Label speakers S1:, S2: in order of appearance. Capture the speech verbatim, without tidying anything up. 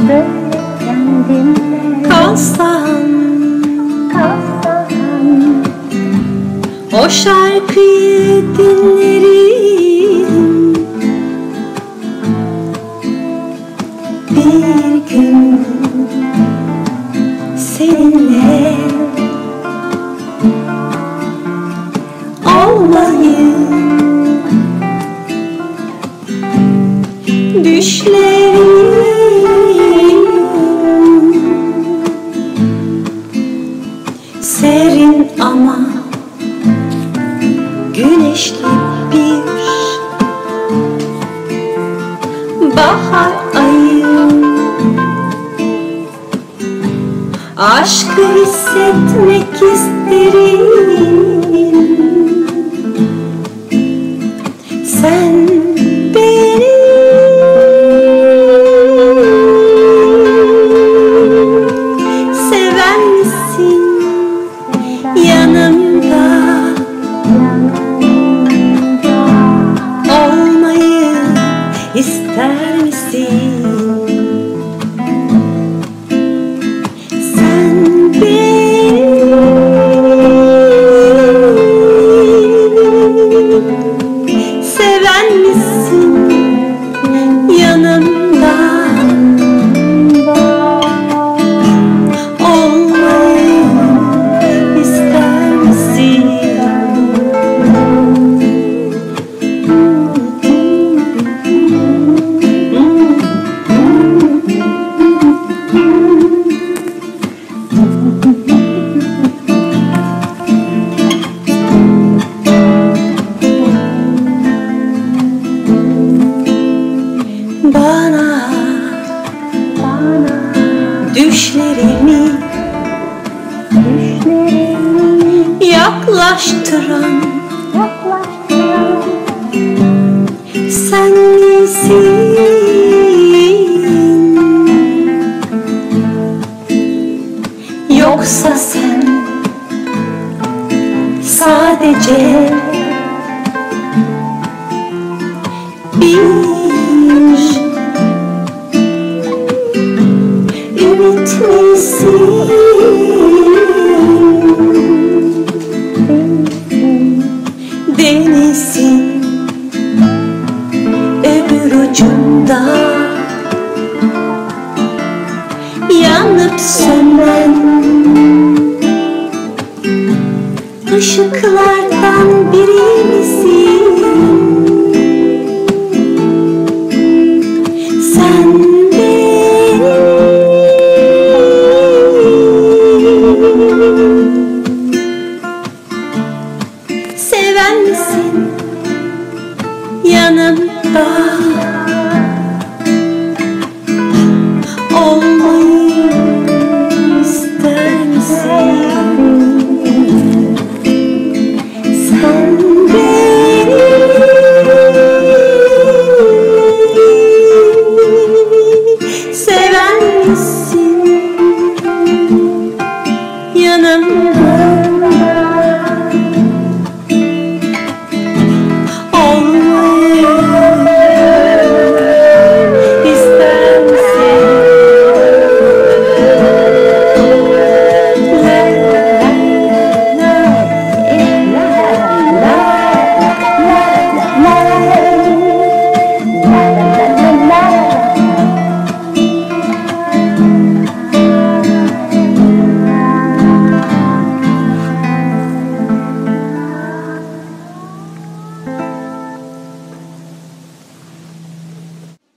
S1: böyle kendimle
S2: kalsam,
S1: kalsam,
S2: o şarkıyı dinlerim. Bir gün seninle olmayı düşlerim. Serin ama güneşli bir bahar ayı, aşkı hissetmek isterim. Sen beni seven misin? Yanımda olmayı ister misin? Sen beni seven misin? Yanımda olmayı ister misin? Bana,
S1: bana
S2: düşlerimi
S1: düşlerimi
S2: yaklaştıran
S1: yaklaştıran
S2: sen misin? Yoksa sen sadece bir ümit misin? Denizin öbür ucunda yanıp sönen ışıklardan biri misin?